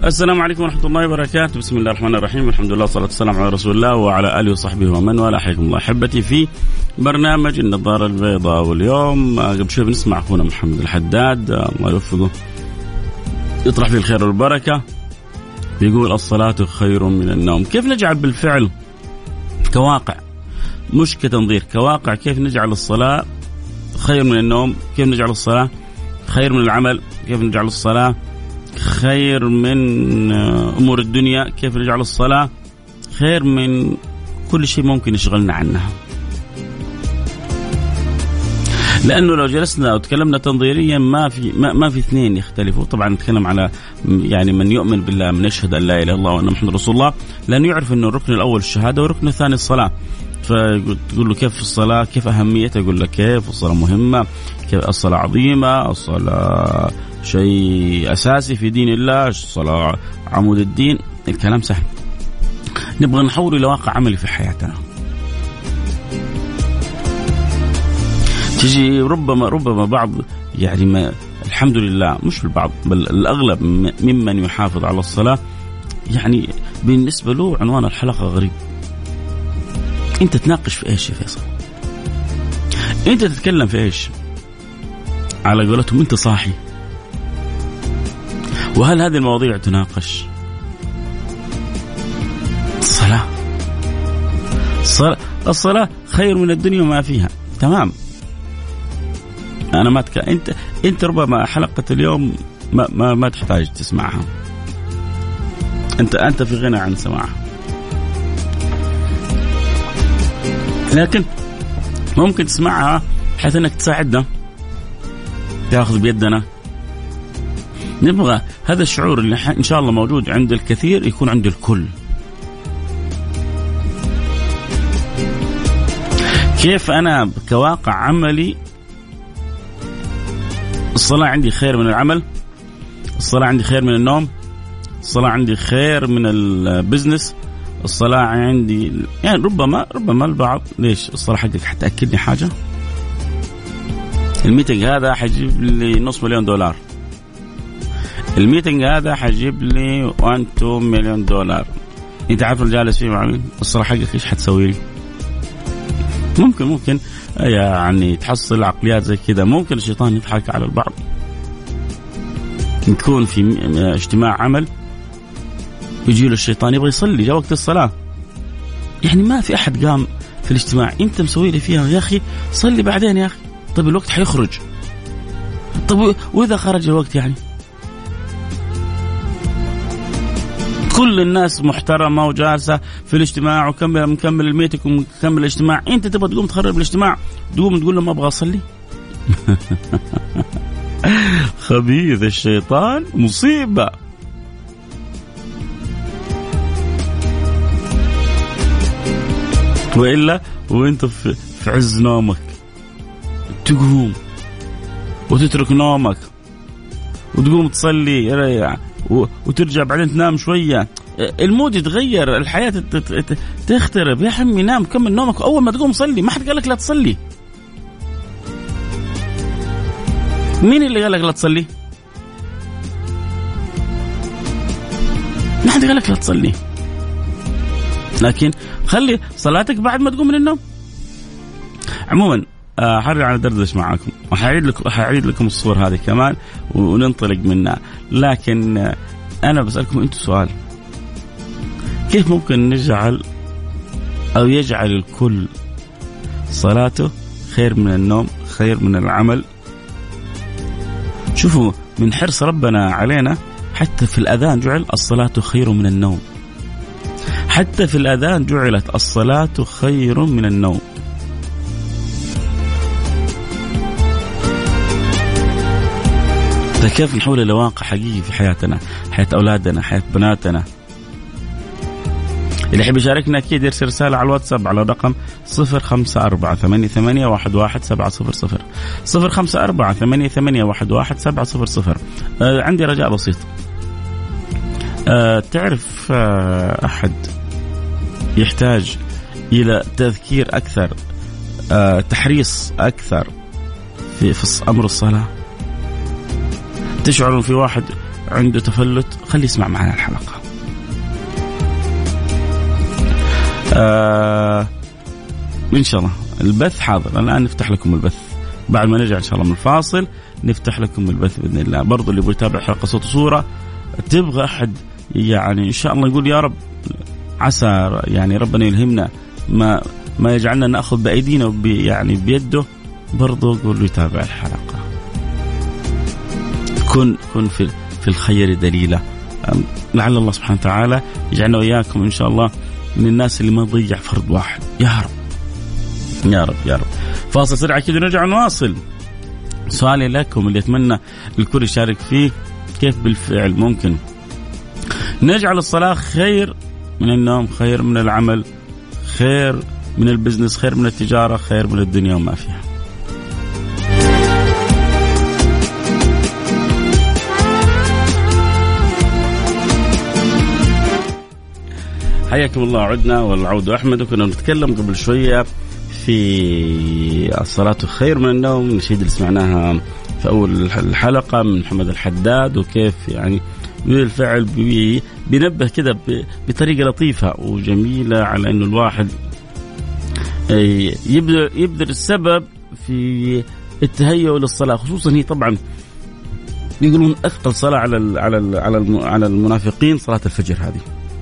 السلام عليكم ورحمة الله وبركاته. بسم الله الرحمن الرحيم، الحمد لله والصلاة والسلام على رسول الله وعلى آله وصحبه ومن والاه. حياكم الله أحبتي في برنامج النظارة البيضاء. واليوم قبل شوي بنسمع أخونا محمد الحداد الله يوفقه يطرح فيه الخير والبركة، بيقول الصلاة خير من النوم. كيف نجعل بالفعل كواقع مش كتنظير، كواقع كيف نجعل الصلاة خير من النوم، كيف نجعل الصلاة خير من العمل، كيف نجعل الصلاة خير من أمور الدنيا، كيف نجعل الصلاة خير من كل شيء ممكن يشغلنا عنها. لأنه لو جلسنا وتكلمنا تنظيريا ما في اثنين يختلفوا. طبعا نتكلم على يعني من يؤمن بالله، من يشهد أن لا إله إلا الله وأن محمد رسول الله، لأنه يعرف أنه الركن الأول الشهادة والركن الثاني الصلاة. فتقول له كيف الصلاة، كيف أهميتها، يقول لك كيف الصلاة مهمة، كيف الصلاة عظيمة، الصلاة شيء أساسي في دين الله، الصلاة عمود الدين. الكلام سهل، نبغى نحول إلى واقع عملي في حياتنا. تجي ربما بعض يعني ما الحمد لله مش البعض بل الأغلب ممن يحافظ على الصلاة، يعني بالنسبة له عنوان الحلقة غريب. أنت تناقش في إيش يا فيصل؟ أنت تتكلم في إيش؟ على قولتهم أنت صاحي. وهل هذه المواضيع تناقش؟ الصلاة خير من الدنيا وما فيها. تمام، أنا ما أنت ربما حلقة اليوم ما تحتاج تسمعها، أنت في غنى عن سماعها، لكن ممكن تسمعها بحيث أنك تساعدنا، تأخذ بيدنا. نبغى هذا الشعور اللي إن شاء الله موجود عند الكثير يكون عند الكل. كيف أنا كواقع عملي الصلاة عندي خير من العمل، الصلاة عندي خير من النوم، الصلاة عندي خير من البزنس، الصلاة عندي يعني ربما البعض ليش الصلاة حقك حتأكدني حاجة، الميتنج هذا حيجيب لي $500,000، الميتنج هذا حيجيب لي 1-2 مليون دولار. انت عارف الجالس فيه معي الصلاة حقك ايش حتسوي لي؟ ممكن يعني تحصل عقليات زي كذا. ممكن الشيطان يضحك على البعض، يكون في اجتماع عمل يجي له الشيطان يبغى يصلي جاء وقت الصلاة، يعني ما في أحد قام في الاجتماع، أنت مسوي لي فيها يا أخي صلي بعدين يا أخي. طيب الوقت حيخرج، طيب وإذا خرج الوقت يعني كل الناس محترمة وجالسة في الاجتماع ومكمل الميتك ومكمل الاجتماع، أنت تبغى تقوم تخرب الاجتماع، تقوم تقول له ما أبغى أصلي. خبيث الشيطان مصيبة. وإلا وإنت في عز نومك تقوم وتترك نومك وتقوم تصلي وترجع بعدين تنام شوية، المود يتغير، الحياة تخترب. يا حمي نام كمل نومك، أول ما تقوم صلي. ما حد قال لك لا تصلي؟ مين اللي قال لك لا تصلي؟ ما حد قال لك لا تصلي، لكن خلي صلاتك بعد ما تقوم من النوم. عموما حرجع على دردش معاكم وحعيد لكم الصور هذه كمان وننطلق منها. لكن أنا بسألكم أنتم سؤال، كيف ممكن نجعل أو يجعل الكل صلاته خير من النوم، خير من العمل؟ شوفوا من حرص ربنا علينا حتى في الأذان جعل الصلاة خير من النوم، حتى في الأذان جعلت الصلاة خير من النوم. كيف نحول إلى واقع حقيقي في حياتنا، حياة أولادنا، حياة بناتنا؟ اللي يحب يشاركنا أكيد يرسل رسالة على الواتساب على رقم 0548811700 0548811700. عندي رجاء بسيط، تعرف أحد يحتاج إلى تذكير أكثر، تحريص أكثر في أمر الصلاة؟ تشعرون في واحد عنده تفلت خليه يسمع معنا الحلقة. إن شاء الله البث حاضر الآن، نفتح لكم البث بعد ما نرجع إن شاء الله من الفاصل، نفتح لكم البث بإذن الله. برضو اللي يبغى يتابع حلقة صوت وصورة، تبغى أحد يعني إن شاء الله يقول يا رب عسى يعني ربنا يلهمنا ما يجعلنا نأخذ بأيدينا يعني بيده، برضو قول له يتابع الحلقة. كن في الخير دليلا. لعل الله سبحانه وتعالى يجعلنا وإياكم إن شاء الله من الناس اللي ما ضيع فرد واحد، يا رب يا رب يا رب. فاصل سريع كده نرجع نواصل. سؤالي لكم اللي أتمنى الكل يشارك فيه، كيف بالفعل ممكن نجعل الصلاة خير من النوم، خير من العمل، خير من البزنس، خير من التجارة، خير من الدنيا وما فيها. حياكم الله. عدنا والعود أحمد. وكنا نتكلم قبل شوية في الصلاة خير من النوم، النشيد اللي سمعناها في أول الحلقة من محمد الحداد، وكيف يعني بالفعل بينبه كده بطريقة لطيفة وجميلة على إنه الواحد يبذل السبب في التهيؤ للصلاة، خصوصا هي طبعا يقولون أثقل صلاة على المنافقين صلاة الفجر هذه.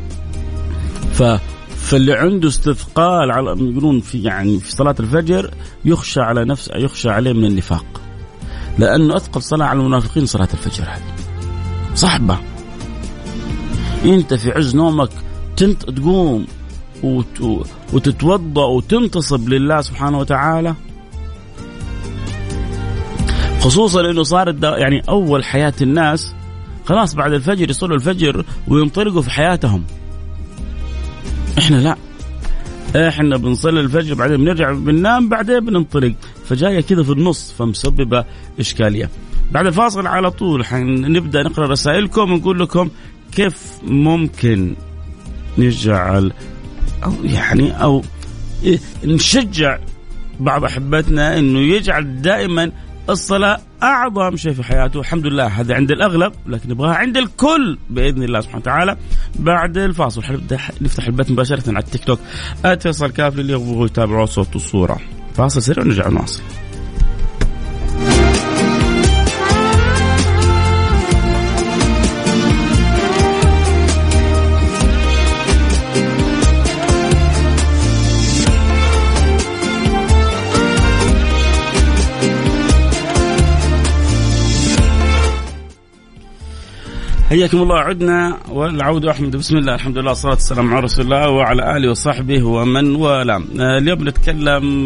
فاللي عنده استثقال على يقولون في صلاة الفجر يخشى عليه من النفاق، لأنه أثقل صلاة على المنافقين صلاة الفجر هذه صحبة. أنت في عز نومك تقوم وتتوضأ وتنتصب لله سبحانه وتعالى، خصوصا إنه صارت يعني أول حياة الناس خلاص بعد الفجر يصلوا الفجر وينطلقوا في حياتهم. إحنا لا، إحنا بنصلي الفجر بعدين بنرجع بننام بعدين بننطلق، فجاية كذا في النص فمسببة إشكالية. بعد الفاصل على طول نبدأ نقرأ رسائلكم ونقول لكم كيف ممكن نجعل أو نشجع بعض أحبتنا إنه يجعل دائما الصلاة أعظم شيء في حياته. الحمد لله هذا عند الأغلب، لكن نبغاها عند الكل بإذن الله سبحانه وتعالى. بعد الفاصل نفتح البث مباشرة على التيك توك @فيصل كاف اللي يبغوا يتابعوا صوت وصورة. فاصل سريع ونرجع نواصل. حياكم الله. عدنا والعود أحمد. بسم الله الحمد لله والصلاة والسلام على رسول الله وعلى آله وصحبه ومن والاه. اليوم نتكلم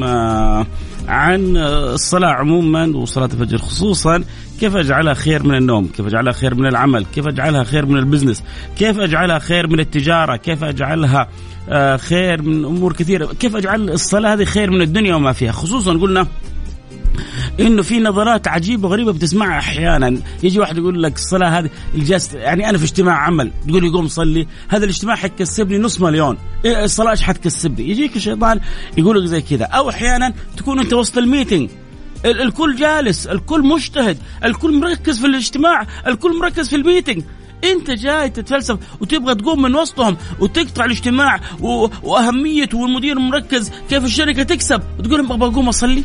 عن الصلاة عموما وصلاة الفجر خصوصا، كيف أجعلها خير من النوم، كيف أجعلها خير من العمل، كيف أجعلها خير من البزنس، كيف أجعلها خير من التجارة، كيف أجعلها خير من أمور كثيرة، كيف أجعل الصلاة هذه خير من الدنيا وما فيها. خصوصا قلنا إنه في نظرات عجيبة غريبة بتسمعها أحيانا. يجي واحد يقول لك الصلاة هذه الجلسة، يعني أنا في اجتماع عمل تقول لي قوم صلي، هذا الاجتماع حيكسبني نص مليون، إيه الصلاة إيش حتكسبني؟ يجيك الشيطان يقول لك زي كذا. أو أحيانا تكون أنت وسط الميتنج، الكل جالس، الكل مجتهد، الكل مركز في الاجتماع، الكل مركز في الميتنج، أنت جاي تتفلسف وتبغى تقوم من وسطهم وتقطع الاجتماع وأهمية والمدير مركز كيف الشركة تكسب، وتقول لهم أبغى أقوم أصلي.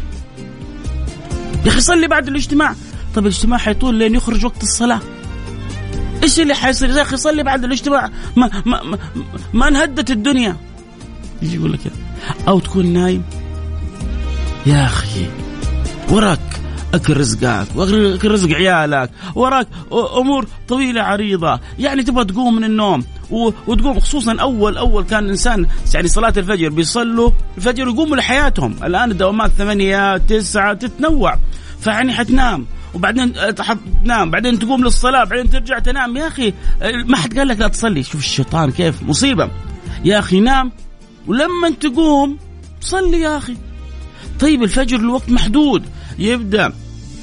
يا أخي صلي بعد الاجتماع. طب الاجتماع حيطول لين يخرج وقت الصلاة، إيش اللي حيصير؟ يا أخي صلي بعد الاجتماع، ما انهدت الدنيا. يجي يقول لك أو تكون نايم، يا أخي وراك أكل رزقك وأكل رزق عيالك، وراك أمور طويلة عريضة، يعني تبغى تقوم من النوم وتقوم. خصوصا أول كان الإنسان يعني صلاة الفجر بيصلوا الفجر يقوموا لحياتهم. الآن الدوامات 8 9 تتنوع، فيعني حتنام وبعدين تنام، بعدين تقوم للصلاة، بعدين ترجع تنام. يا أخي ما حد قال لك لا تصلي. شوف الشيطان كيف مصيبة. يا أخي نام ولما تقوم صلي يا أخي. طيب الفجر الوقت محدود، يبدأ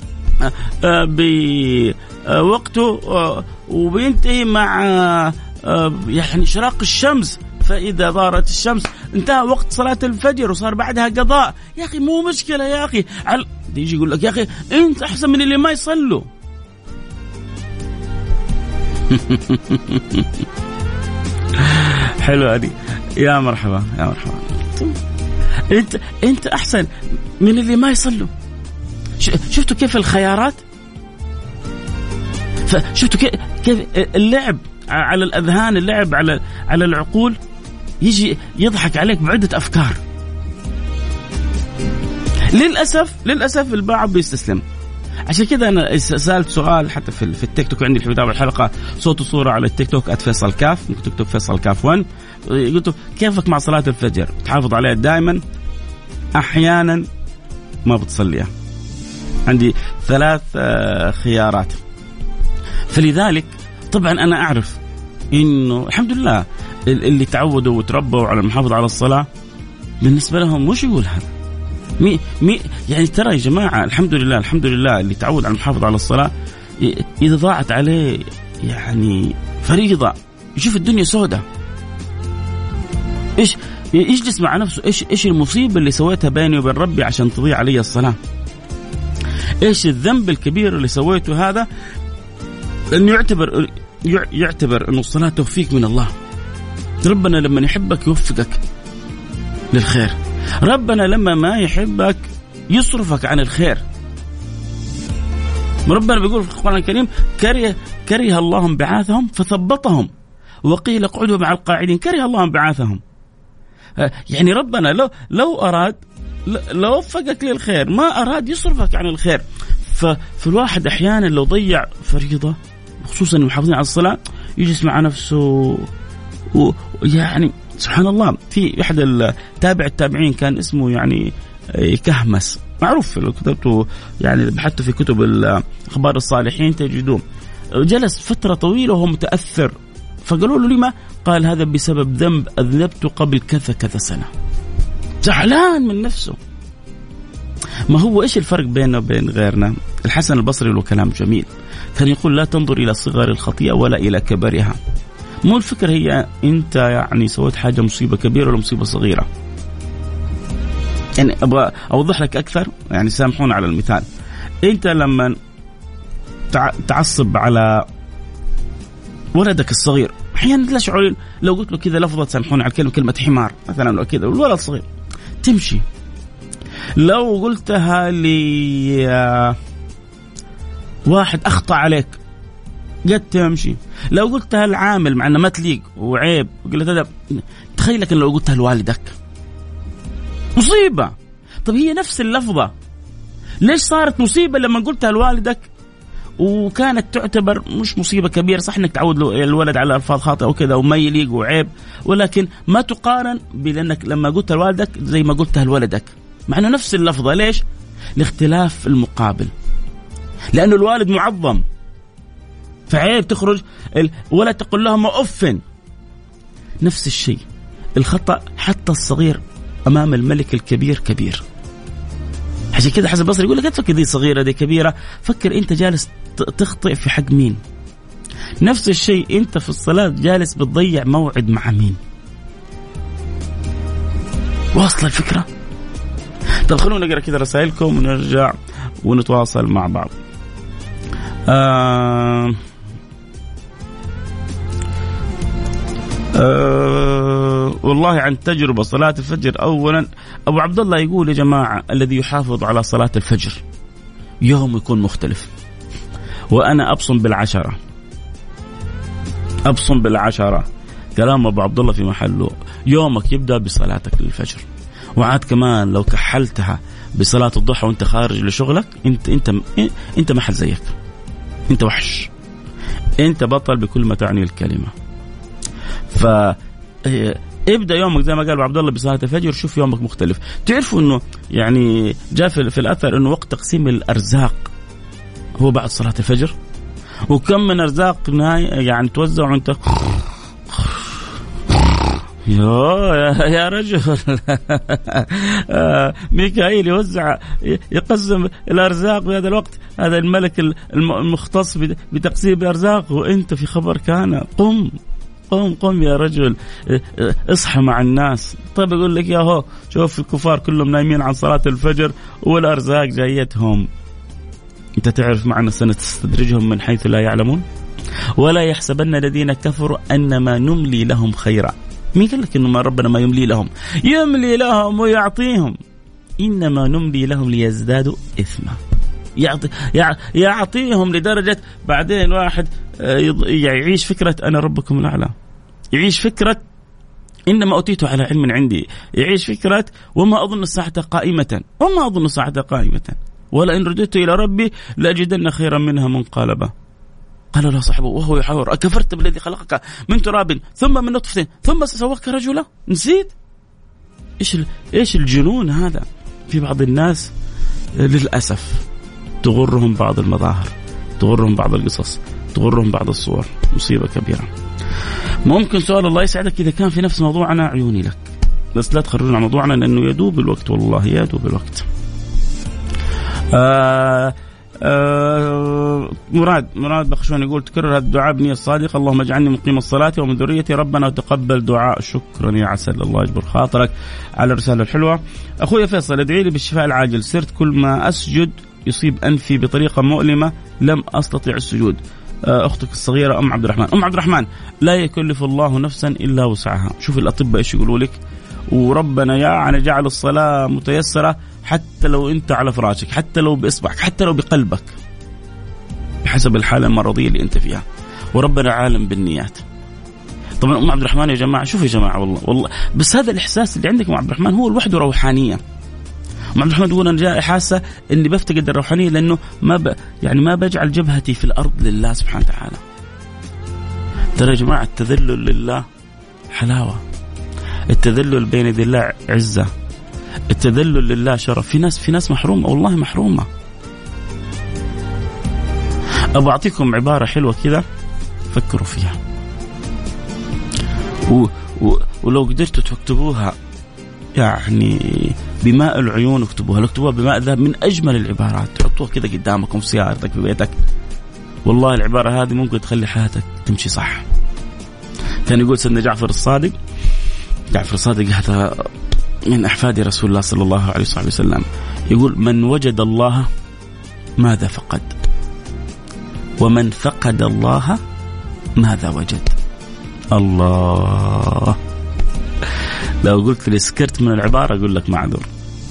بوقته وبينتهي مع يعني إشراق الشمس، فإذا ظهرت الشمس انتهى وقت صلاة الفجر وصار بعدها قضاء. يا أخي مو مشكلة يا أخي. يجي يقول لك يا أخي أنت أحسن من اللي ما يصلوا. حلو هذه. يا مرحبا يا مرحبا. انت احسن من اللي ما يصلوا. شفتوا كيف الخيارات؟ شفتوا كيف اللعب على الأذهان، اللعب على العقول، يجي يضحك عليك بعدة أفكار. للأسف البعض بيستسلم. عشان كده أنا سألت سؤال حتى في التيك توك، عندي في كتاب الحلقة صوت وصورة على التيك توك @فيصل كاف، ممكن تكتب فيصل كاف 1. قلت كيفك مع صلاة الفجر؟ تحافظ عليها دائما؟ أحيانا ما بتصليها. عندي 3 خيارات. فلذلك طبعا أنا أعرف إنه الحمد لله اللي تعودوا وتربوا على المحافظة على الصلاة بالنسبة لهم مش يقول هذا يعني ترى يا جماعة الحمد لله اللي تعود على المحافظة على الصلاة إذا ضاعت عليه يعني فريضة يشوف الدنيا سودة. إيش يجلس مع نفسه، إيش المصيبة اللي سويتها بيني وبين ربي عشان تضيع علي الصلاة؟ إيش الذنب الكبير اللي سويته هذا؟ لأنه يعتبر أن الصلاة توفيق من الله. ربنا لما يحبك يوفقك للخير، ربنا لما ما يحبك يصرفك عن الخير. ربنا بيقول في القرآن الكريم كره الله انبعاثهم فثبطهم وقيل اقعدوا مع القاعدين. كره الله انبعاثهم، يعني ربنا لو أراد لو وفقك للخير، ما أراد يصرفك عن الخير. فالواحد أحيانا لو ضيع فريضة خصوصا المحافظين على الصلاة يجلس مع نفسه ويعني سبحان الله. في أحد التابعين كان اسمه يعني كهمس، معروف لو كتبته يعني بحثت في كتب أخبار الصالحين تجدوه. جلس فترة طويلة وهو متأثر، فقالوا له لما؟ قال هذا بسبب ذنب أذنبته قبل كذا سنة. زعلان من نفسه. ما هو إيش الفرق بيننا وبين غيرنا؟ الحسن البصري له كلام جميل، كان يقول لا تنظر إلى صغر الخطيئة ولا إلى كبرها. مو الفكرة هي أنت يعني سويت حاجة مصيبة كبيرة ولا مصيبة صغيرة. يعني أبغى أوضح لك أكثر، يعني سامحون على المثال. أنت لما تعصب على ولدك الصغير أحيانا لا شعورين، لو قلت له كذا لفظة سامحون على كلمة حمار مثلا لو كذا الولد صغير تمشي. لو قلتها لي واحد أخطأ عليك قد تمشي. لو قلتها العامل مع أنه ما تليق وعيب وقلت هذا، تخيلك لو قلتها لوالدك مصيبة. طب هي نفس اللفظة، ليش صارت مصيبة لما قلتها لوالدك وكانت تعتبر مش مصيبة كبيرة؟ صح انك تعود الولد على الفاظ خاطئة وكذا وما يليق وعيب، ولكن ما تقارن بانك لما قلتها لوالدك زي ما قلتها لولدك، مع انه نفس اللفظة. ليش؟ لاختلاف المقابل، لانه الوالد معظم فعيب تخرج ولا تقول لهم أفن. نفس الشيء الخطأ حتى الصغير أمام الملك الكبير كبير. عشان كده حسن البصري يقول لك لا تفكر دي صغيرة دي كبيرة، فكر أنت جالس تخطئ في حق مين. نفس الشيء أنت في الصلاة جالس بتضيع موعد مع مين. واصل الفكرة؟ طب خلونا نقرأ كده رسائلكم ونرجع ونتواصل مع بعض. والله عن تجربة صلاة الفجر. أولا أبو عبد الله يقول يا جماعة الذي يحافظ على صلاة الفجر يوم يكون مختلف. وأنا أبصم بالعشرة. كلام أبو عبد الله في محله. يومك يبدأ بصلاتك للفجر، وعاد كمان لو كحلتها بصلاة الضحى وانت خارج لشغلك انت ما حد زيك، انت وحش، انت بطل بكل ما تعني الكلمة. فابدأ يومك زي ما قال عبد الله بصلاة الفجر، شوف يومك مختلف. تعرفوا انه يعني جاء في الأثر انه وقت تقسيم الأرزاق هو بعد صلاة الفجر، وكم من أرزاق يعني توزع وانت يا رجل ميكائيل يوزع يقسم الأرزاق بهذا الوقت، هذا الملك المختص بتقسيم الأرزاق، وانت في خبر كان قم يا رجل اصحى مع الناس. طيب يقول لك يا هو شوف الكفار كلهم نايمين عن صلاة الفجر والأرزاق جايتهم. انت تعرف معنا سنستدرجهم من حيث لا يعلمون. ولا يحسبن الذين كفروا أنما نملي لهم خيرا. مين قال لك إنه ما ربنا ما يملي لهم؟ يملي لهم ويعطيهم، إنما نملي لهم ليزدادوا إثما. يعطيهم لدرجة بعدين واحد يعيش فكرة أنا ربكم الأعلى، يعيش فكرة إنما أوتيت على علم عندي، يعيش فكرة وما أظن الساعة قائمة، وما أظن الساعة قائمة، ولئن رددت إلى ربي لأجدن خيرا منها منقلبا. قال له صاحبه وهو يحاور أكفرت بالذي خلقك من تراب ثم من نطفة ثم سواك رجلا؟ نسيت؟ إيش الجنون هذا؟ في بعض الناس للأسف تغرهم بعض المظاهر، تغرهم بعض القصص، تغرهم بعض الصور. مصيبة كبيرة. ممكن سؤال الله يسعدك إذا كان في نفس موضوعنا عيوني لك، بس لا تخرجنا عن موضوعنا لأنه يدوب الوقت، والله يدوب الوقت. مراد بخشوان يقول تكرر هذا الدعاء بنية الصادقة: اللهم اجعلني مقيم الصلاة ومن ذريتي ربنا وتقبل دعاء. شكرا يا عسل، الله يجبر خاطرك على الرسالة الحلوة. أخوي فيصل ادعي لي بالشفاء العاجل، صرت كل ما أسجد يصيب أنفي بطريقة مؤلمة لم أستطيع السجود. أختك الصغيرة أم عبد الرحمن. أم عبد الرحمن لا يكلف الله نفسا إلا وسعها. شوف الأطباء إيش يقولوا لك، وربنا يعني جعل الصلاة متيسرة حتى لو أنت على فراشك، حتى لو بإصبعك، حتى لو بقلبك، بحسب الحالة المرضية اللي أنت فيها، وربنا عالم بالنيات. طبعا أم عبد الرحمن يا جماعة، شوف يا جماعة والله بس هذا الإحساس اللي عندك مع عبد الرحمن هو لوحده روحانية. أم عبد الرحمن تقول أنا جاي حاسة إني بفتقد الروحانية لأنه ما بجعل جبهتي في الأرض لله سبحانه وتعالى. ترى يا جماعة التذلل لله حلاوة، التذلل بين يدي الله عزة، التذلل لله شرف. في ناس محرومة، والله محرومة. أبغى أعطيكم عبارة حلوة كذا فكروا فيها، ولو قدرتوا تكتبوها يعني بماء العيون اكتبوها، اكتبوها بماء الذهب، من أجمل العبارات. تحطوها كذا قدامكم في سيارتك في بيتك، والله العبارة هذه ممكن تخلي حياتك تمشي صح. كان يقول سيدنا جعفر الصادق هذا من أحفاد رسول الله صلى الله عليه وسلم، يقول من وجد الله ماذا فقد، ومن فقد الله ماذا وجد. الله، لو قلت لي سكرت من العبارة أقول لك معذور.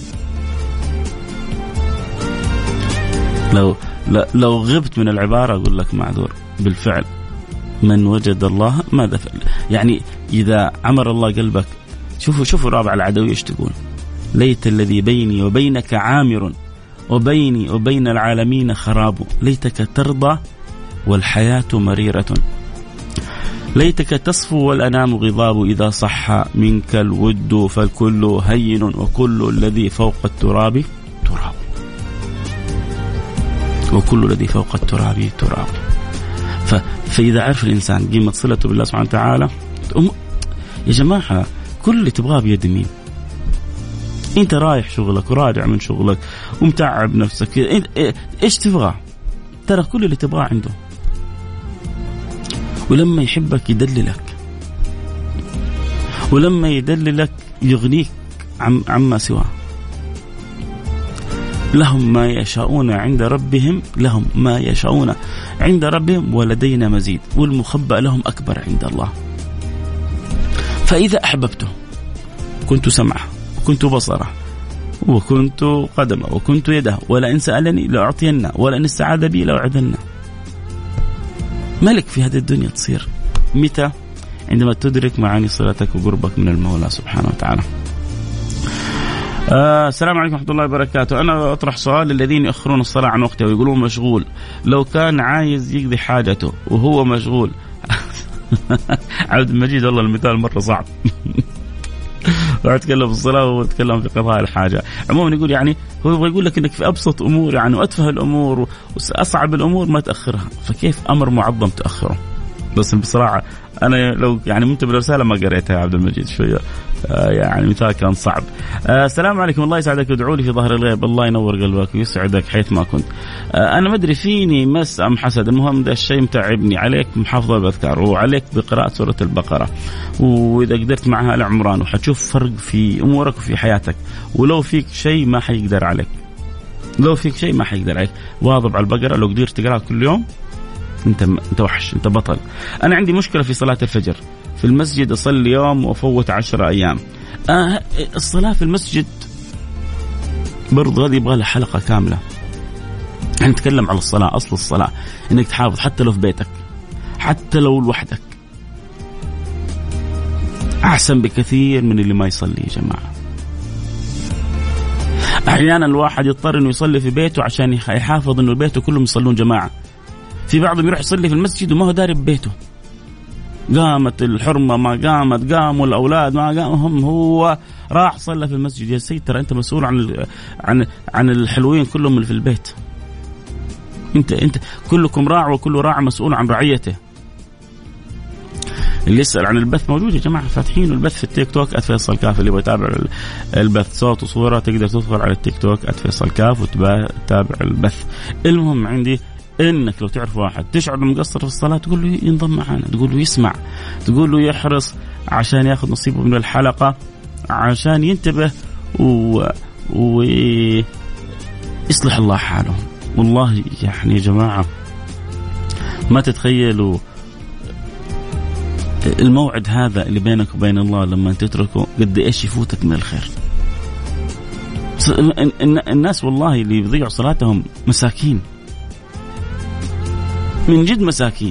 لو غبت من العبارة أقول لك معذور. بالفعل من وجد الله ماذا فعل، يعني إذا عمر الله قلبك. شوفوا رابع العدوية ايش تقول: ليت الذي بيني وبينك عامر وبيني وبين العالمين خراب، ليتك ترضى والحياة مريرة، ليتك تصفو والأنام غضاب، إذا صح منك الود فالكل هين وكل الذي فوق التراب تراب، وكل الذي فوق التراب تراب. فإذا عرف الإنسان قيمة صلته بالله سبحانه وتعالى، يا جماعة كل اللي تبغاه بيد مين؟ أنت رايح شغلك وراجع من شغلك ومتعب نفسك، إيش تبغى؟ ترى كل اللي تبغاه عنده. ولما يحبك يدللك، ولما يدللك يغنيك عما سواه. لهم ما يشاءون عند ربهم، لهم ما يشاءون عند ربهم ولدينا مزيد، والمخبأ لهم أكبر عند الله. فإذا أحببته كنت سمعه وكنت بصره وكنت قدمه وكنت يده، ولئن سألني لأعطينه ولئن استعاذ بي لأعذنه. ملك في هذه الدنيا تصير متى؟ عندما تدرك معاني صلتك وقربك من المولى سبحانه وتعالى. السلام عليكم ورحمة الله وبركاته. أنا أطرح سؤال: الذين يأخرون الصلاة عن وقتها ويقولون مشغول، لو كان عايز يقضي حاجته وهو مشغول عبد المجيد والله المثال مرة صعب وأتكلم في الصلاة وأتكلم في قضاء الحاجة. عموما يقول يعني هو يبغى يقول لك إنك في أبسط أمور يعني وأتفه الأمور وأصعب الأمور ما تأخرها، فكيف أمر معظم تأخره؟ بس بصراحة أنا لو يعني منتبه الرسالة ما قريتها يا عبد المجيد شوية، يعني مثال كان صعب. السلام عليكم، الله يسعدك وادعوا لي في ظهر الغيب، الله ينور قلبك ويسعدك حيث ما كنت. أنا ما أدري فيني مس أم حسد، المهم ده الشيء متعبني. عليك محافظة الأذكار وعليك بقراءة سورة البقرة، وإذا قدرت معها آل عمران، وحتشوف فرق في أمورك وفي حياتك. ولو فيك شيء ما حيقدر عليك، لو فيك شيء ما حيقدر عليك، واظب على البقرة. لو قدرت تقرأها كل يوم أنت وحش، أنت بطل. أنا عندي مشكلة في صلاة الفجر في المسجد، أصلي يوم وأفوت 10 أيام. الصلاة في المسجد برضو هذه يبغى لها حلقة كاملة. نتكلم على الصلاة، أصل الصلاة إنك تحافظ حتى لو في بيتك، حتى لو لوحدك، أحسن بكثير من اللي ما يصلي يا جماعة. أحيانا الواحد يضطر إنه يصلي في بيته عشان يحافظ إنه بيته كلهم يصلون جماعة. في بعضهم يروح يصلي في المسجد وما هو داري ببيته، قامت الحرمة ما قامت، قاموا الأولاد ما قامهم، هو راح صلى في المسجد. يا سيد ترى أنت مسؤول عن الحلوين كلهم اللي في البيت. أنت كلكم راع وكل راع مسؤول عن رعيته. اللي يسأل عن البث موجود يا جماعة، فاتحين البث في التيك توك @فيصل كاف. اللي يتابع البث صوت وصورة تقدر تدخل على التيك توك @فيصل كاف وتتابع البث. المهم عندي إنك لو تعرف واحد تشعر إنه مقصر في الصلاة تقول له ينضم معنا، تقول له يسمع، تقول له يحرص عشان ياخذ نصيبه من الحلقة، عشان ينتبه ويصلح الله حاله. والله يعني يا جماعة ما تتخيلوا الموعد هذا اللي بينك وبين الله لما تتركه قد إيش يفوتك من الخير. الناس والله اللي يضيعوا صلاتهم مساكين، من جد مساكين.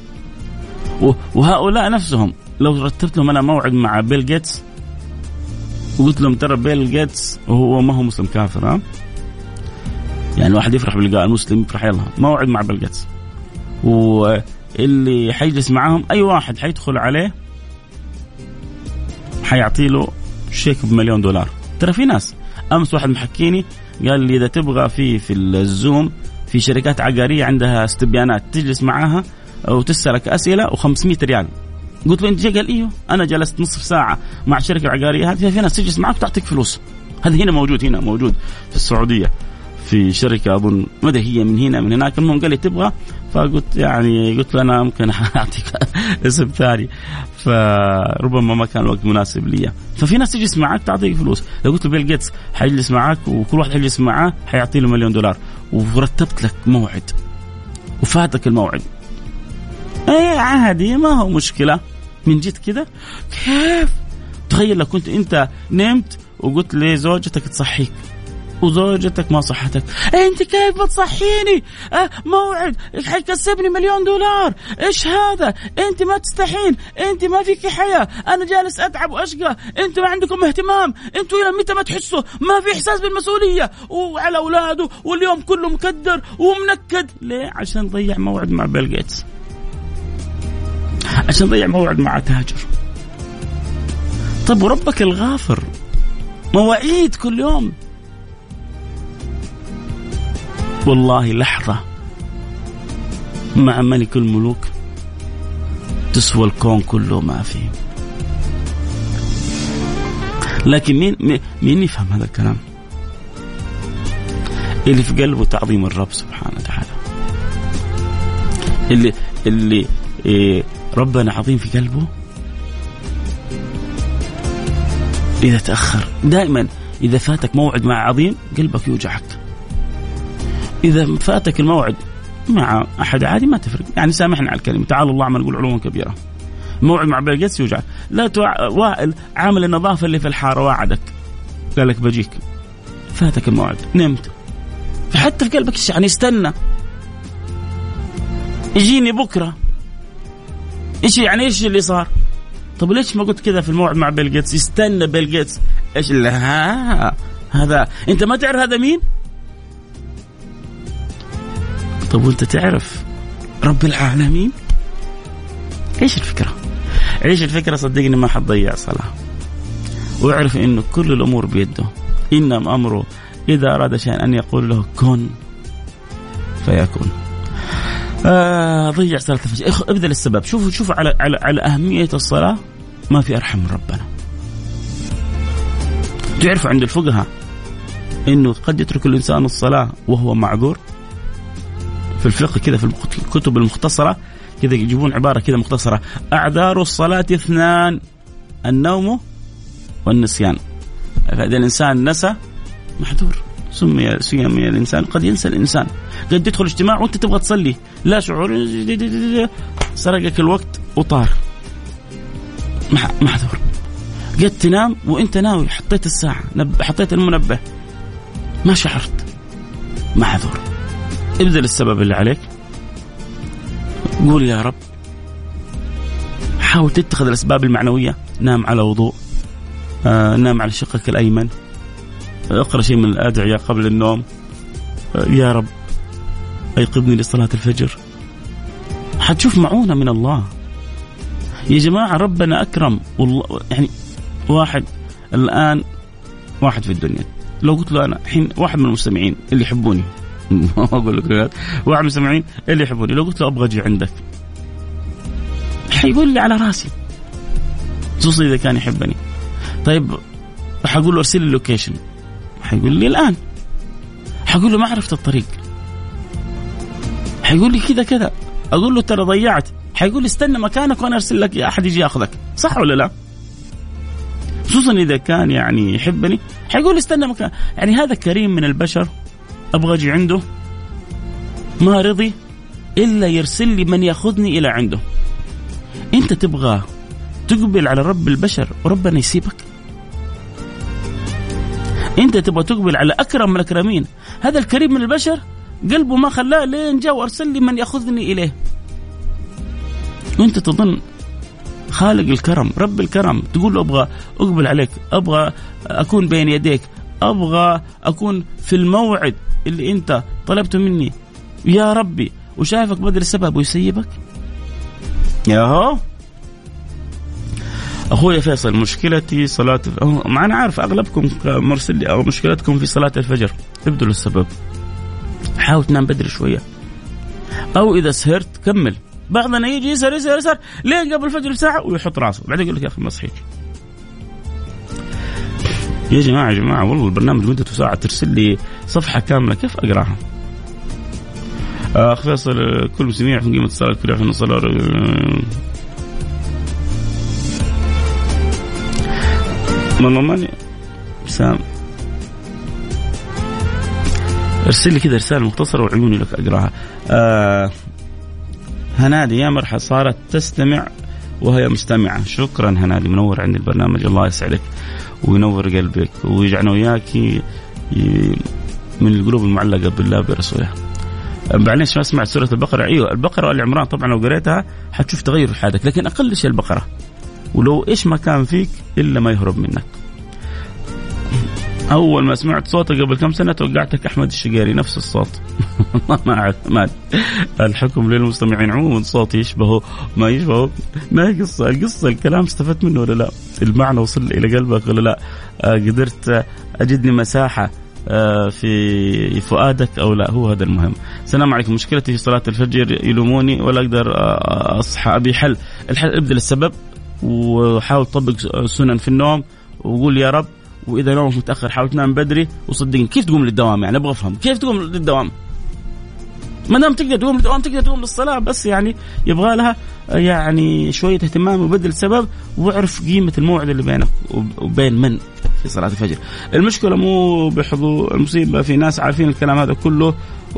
وهؤلاء نفسهم لو رتبت لهم أنا موعد مع بيل جيتس وقلت لهم ترى بيل جيتس وهو ما هو مسلم كافر، يعني الواحد يفرح باللقاء، المسلم يفرح، يلا موعد مع بيل جيتس، واللي حيجلس معاهم أي واحد حيدخل عليه حيعطي له شيك ب$1,000,000. ترى في ناس، أمس واحد محكيني قال لي إذا تبغى في الزوم في شركات عقارية عندها استبيانات تجلس معاها أو تسألك أسئلة و500 ريال. قلت له أنت قال إيوه، أنا جلست نصف ساعة مع شركة عقارية هذه، في ناس تجلس معك تعطيك فلوس. هذا هنا موجود في السعودية في شركة أظن ما أدري هي من هنا من هناك. المهم قال لي تبغى، فقلت قلت له أنا ممكن أعطيك اسم ثاني، فربما ما كان الوقت مناسب لي. ففي ناس تجلس معك تعطيك فلوس. لو قلت له بيل جيتس حيجلس معك وكل واحد حيجلس معاه حيعطي له $1,000,000 ورتبت لك موعد وفاتك الموعد، عادي ما هو مشكلة. من جد كذا كيف؟ تخيل لو كنت أنت نمت وقلت لي زوجتك تصحيك وزوجتك ما صحتك، انت كيف بتصحيني؟ موعد حيكسبني $1,000,000، ايش هذا؟ انت ما تستحين، انت ما فيك حياة، انا جالس اتعب واشقى، انت ما عندكم اهتمام، انتوا الى متى ما تحسوا ما في احساس بالمسؤولية وعلى اولاده، واليوم كله مكدر ومنكد. ليه؟ عشان ضيع موعد مع بيل جيتس، عشان ضيع موعد مع تاجر. طب وربك الغافر مواعيد كل يوم. والله لحظة مع ملك الملوك تسوى الكون كله ما فيه. لكن مين يفهم هذا الكلام؟ اللي في قلبه تعظيم الرب سبحانه وتعالى، اللي ربنا عظيم في قلبه. إذا تأخر دائما، إذا فاتك موعد مع عظيم قلبك يوجعك. إذا فاتك الموعد مع أحد عادي ما تفرق، يعني سامحنا على الكلمة، تعالى الله عما نقول علوا كبيرة. موعد مع بيل جيتس يوجعك. لا وائل عامل النظافة اللي في الحارة وعدك قال لك بجيك، فاتك الموعد نمت، فحتى في قلبك يعني استنى يجيني بكرة، إيش يعني إيش اللي صار؟ طب ليش ما قلت كذا في الموعد مع بيل جيتس؟ يستنى بيل جيتس إيش اللي هذا؟ أنت ما تعرف هذا مين؟ طب وانت تعرف رب العالمين؟ ايش الفكرة؟ ايش الفكرة؟ صدقني ما حتضيع صلاة، واعرف انه كل الامور بيده، انما امره اذا اراد شيئا ان يقول له كن فيكون. ضيع صلاة الفجر، ابذل السبب. شوفوا على اهمية الصلاة، ما في ارحم من ربنا. تعرفوا عند الفقهاء انه قد يترك الانسان الصلاة وهو معذور. في الفقه كذا في الكتب المختصرة كذا يجيبون عبارة كذا مختصرة: أعذار الصلاة 2، النوم والنسيان. فإذا الإنسان نسى محذور، سمي الإنسان قد ينسى الإنسان. قد تدخل اجتماع وأنت تبغى تصلي لا شعور سرقك الوقت وطار محذور. قد تنام وأنت ناوي حطيت الساعة حطيت المنبه ما شعرت محذور. ابذل السبب اللي عليك، قول يا رب، حاول تتخذ الأسباب المعنوية. نام على وضوء، نام على شقك الأيمن، اقرأ شيء من الأدعية قبل النوم، يا رب أيقظني لصلاة الفجر. حتشوف معونة من الله يا جماعة. ربنا أكرم والله. يعني الآن واحد في الدنيا لو قلت له أنا حين واحد من المستمعين اللي يحبوني أقول لك واحد من المستمعين اللي يحبوني لو قلت له أبغى أجي عندك حيقول لي على راسي، خصوصا إذا كان يحبني. طيب حقول له أرسل لي اللوكيشن، حيقول لي الآن. حقول له ما عرفت الطريق، حيقول لي كذا كذا. أقول له ترى ضيعت، حيقول لي استنى مكانك وأنا أرسل لك أحد يجي يأخذك. صح ولا لا؟ خصوصا إذا كان يعني يحبني حيقول لي استنى مكان. يعني هذا كريم من البشر، أبغى أجي عنده ما رضي إلا يرسل لي من يأخذني إلى عنده. أنت تبغى تقبل على رب البشر وربنا يسيبك؟ أنت تبغى تقبل على أكرم من الأكرمين، هذا الكريم من البشر قلبه ما خلاه لين جاء وأرسل لي من يأخذني إليه. وأنت تظن خالق الكرم رب الكرم تقول له أبغى أقبل عليك، أبغى أكون بين يديك، أبغى أكون في الموعد اللي أنت طلبته مني يا ربي، وشايفك بدل السبب ويسيبك؟ ياهو أخوي فيصل مشكلتي صلاة ما أنا عارف أغلبكم مرسل لي أو مشكلتكم في صلاة الفجر. ابدلوا السبب، حاول تنام بدري شوية، أو إذا سهرت كمل. بعضنا يجي يسهر لين قبل الفجر بساعة ويحط راسه بعدين يقول لك يا أخي ما صحيت. يا جماعة والله البرنامج مدته ساعة ترسل لي صفحة كاملة كيف أقراها؟ أخ فيصل كل مسلمين يعرفون قيمة الصلاة، كل يعرفون الصلاة. والله ماني سام، ارسل لي كذا رسالة مختصرة وعيوني لك أقراها. هنادي يا مرحبا صارت تستمع وهي مستمعة. شكرا هنادي، منور عند البرنامج، الله يسعدك وينور قلبك ويجعلنا وياك من القلوب المعلقة بالله برسوله. بعدين ما سمعت سورة البقرة؟ أيوة البقرة والعمران طبعا لو قريتها حتشوف تغير في حياتك، لكن أقل شيء البقرة. ولو إيش ما كان فيك إلا ما يهرب منك. أول ما سمعت صوتك قبل كم سنة توقعتك أحمد الشقيري، نفس الصوت. ما أعرف الحكم للمستمعين عموما، صوتي يشبهه ما يشبهه، ما هي القصة الكلام استفدت منه ولا لا؟ المعنى وصل إلى قلبك ولا لا؟ قدرت أجدني مساحة في فؤادك أو لا؟ هو هذا المهم. السلام عليكم، مشكلتي في صلاة الفجر، يلوموني ولا أقدر أصحى. أبي حل. الحل ابدل السبب وحاول تطبق سنن في النوم وقول يا رب. وإذا نومك متأخر حاول تنام بدري. وصدقني كيف تقوم للدوام؟ يعني أبغى أفهم كيف تقوم للدوام. ما دام تقدر تقوم للدوام تقدر تقوم للصلاة، بس يعني يبغى لها يعني شوية اهتمام وبدل سبب، واعرف قيمة الموعد اللي بينك وبين من في صلاة الفجر. المشكلة مو بحضور، المصيبة في ناس عارفين الكلام هذا كله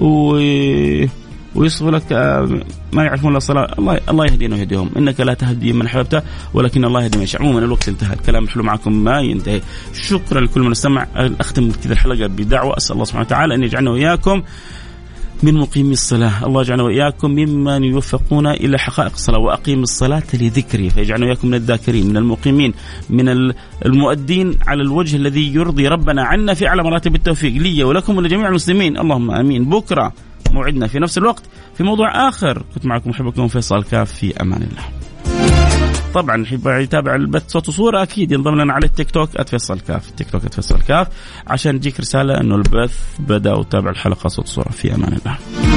ويصفوا لك ما يعرفون الصلاة. الله يهدينا ويهديهم. إنك لا تهدي من أحببته ولكن الله يهدي من يشاء. عموما الوقت انتهى، الكلام الحلو معكم ما ينتهي. شكرا لكل من استمع. أختم كذا الحلقة بدعوة، أسأل الله سبحانه وتعالى أن يجعلنا وإياكم من مقيمي الصلاة. الله يجعلنا وإياكم ممن يوفقون إلى حقائق الصلاة. وأقيم الصلاة لذكري، فيجعلنا وإياكم من الذاكرين، من المقيمين، من المؤدين على الوجه الذي يرضي ربنا عنا في أعلى مراتب التوفيق لي ولكم ولجميع المسلمين. اللهم آمين. بكرة موعدنا في نفس الوقت في موضوع آخر. كنت معكم محبكم فيصل كاف، في أمان الله. طبعا يتابع البث صوت وصورة أكيد ينضم لنا على التيك توك @فيصل كاف، التيك توك @فيصل كاف، عشان تجيك رسالة أنه البث بدأ وتابع الحلقة صوت وصورة. في أمان الله.